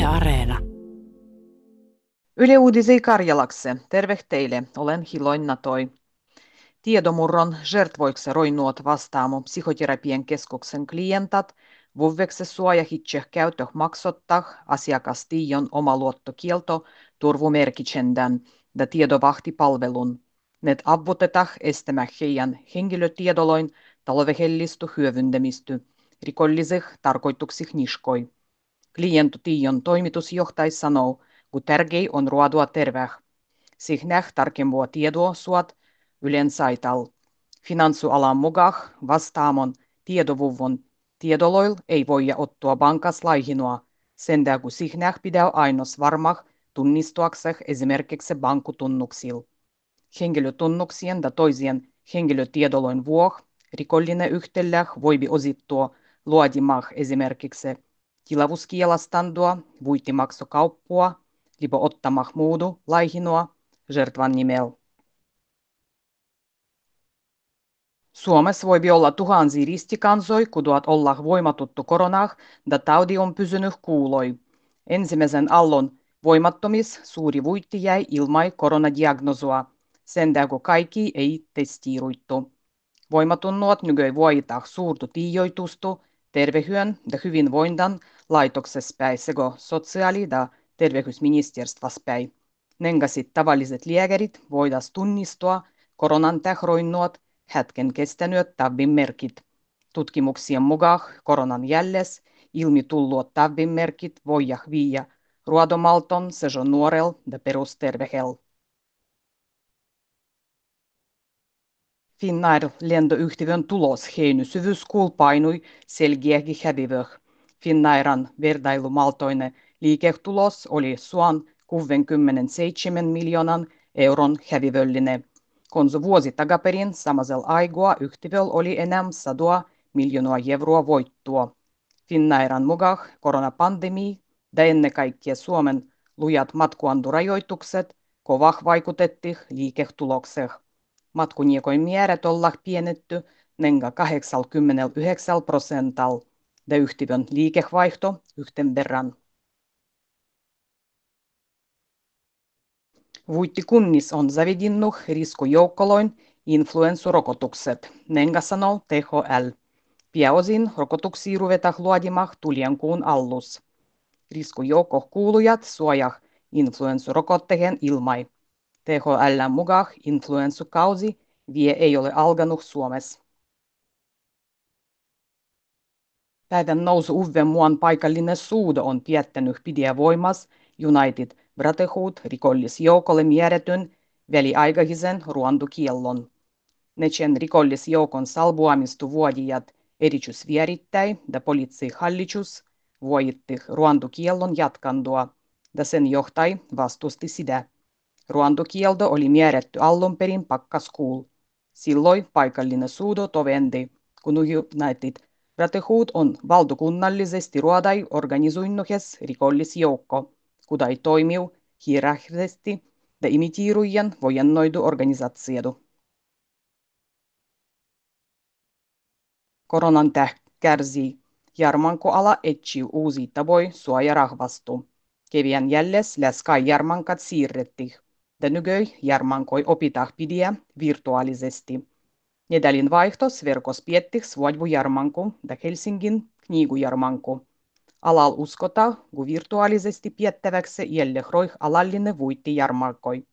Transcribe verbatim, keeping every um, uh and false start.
Areena. Yle Uudisi Karjalakse. Terve teille, olen Hiloin Natoi. Tiedomurron žertvoiksi roinnuot vastaamo psykoterapian keskuksen klientat, vuvvekse suojahitse käytö maksottaa asiakastiion omaluottokielto turvumerkitsendän ja tiedovahtipalvelun. Net avvutetaan estämään heidän henkilötiedoloin talvehellistu hyödyntämisty rikollisih tarkoituksih niskoi. Klientotiion toimitusjohtaja sanoo, kun tärkein on ruodua terveeh. Sihnäh tarkempua tietoa suot Ylen saital. Finanssualan mukaan vastaamon tiedovuvun tiedoloil ei voida ottaa bankas laihinua, sen kun sihnäh pitää ainos varmah tunnistuakseh esimerkiksi bankkutunnuksil. Henkilötunnuksien ja toisien henkilötiedoloin vuoh rikollinen yhtellä voibi osittua luodimah esimerkiksi tilavuskielastandua, vuittimaksokauppua, libo ottamah muudu laihinua, žertvan nimel. Suomessa voi olla tuhansia ristikansoi, kuduat olla voimatuttu koronah, da taudi on pysynyt kuuloi. Ensimmäisen allon voimattomis suuri vuitti jäi ilmai koronadiagnosua, sen kun kaikki ei testiiruittu. Voimatunnuot nykyi voitah suurtu tiijoitustu tervehyön ja hyvinvoindan laitoksespäin sekä sosiaali- ja terveysministeriöspäin. Nengasit tavalliset lääkärit voidas tunnistua koronan tähroinnuot hetken kestänyt tabbin merkit. Tutkimuksien mukaan koronan jälles ilmi tulluot tabbin merkit voijah viiä ruodomalton sejo nuorel ja perustervehel. Finnair lentoyhtiön tulos heinysyvyyskuul painui selkeäkin hävivöh. Finnairan verdailumaltoinen liiketulos oli suon kuusikymmentäseitsemän miljoonan euron hävivöllinen. Konso vuosi takaperin samasel aikaa yhtiöl oli enää sadoa miljoonaa euroa voittua. Finnairan mukaan koronapandemia ja ennen kaikkea Suomen lujat matkuandurajoitukset kovah vaikutetti liiketulokseen. Matkuniekoin määrät olla pienetty nenga kahdeksankymmentäyhdeksän prosental ja yhtiön liikevaihto yhten verran. Vuittikunnis on zavedinnuh riskujoukkoloin influenssurokotukset, nenga sanoo T H L. Pääosin rokotuksia ruvetaan luodimah tulien kuun allus. Riskujoukko kuulujat suojah influenssurokotteen ilmai. T H L:n mukaan influenssukausi vie ei ole alkanut Suomessa. Päivän nousu uuden muun paikallinen suudo on piettänyt pidä voimas United Brotherhood rikollisjoukolle määrätyn väliaikaisen ruondukiellon. Nechen rikollisjoukon salbuamistu vuodijat erityisvierittäin ja poliisihallitus voitti ruondukiellon jatkandua ja sen johtaj vastusti sitä. Ruondukielto oli määrätty alun perin pakkaskuul. Silloin paikallinen suudo tovendi, kun United Brotherhood on valtakunnallisesti ruodai organisoinnuhes rikollisjoukko, kudai toimiu hierarkisesti ja imitiirujen vojennoidu organisatsiodu. Koronan täh kärsii. Jarmankoala etsii uusia tapoja suoja rahvastu. Kevään jälles läskai jarmankat siirretti. Ja nykyi jarmankoi opitah pidiä virtuaalisesti. Nedälin vaihtos verkos piettih suodvu jarmanku ja Helsingin kniigujarmanku. Alal uskota, kun virtuaalisesti piettäväksi jälle roih alallinen vuitti jarmankoi.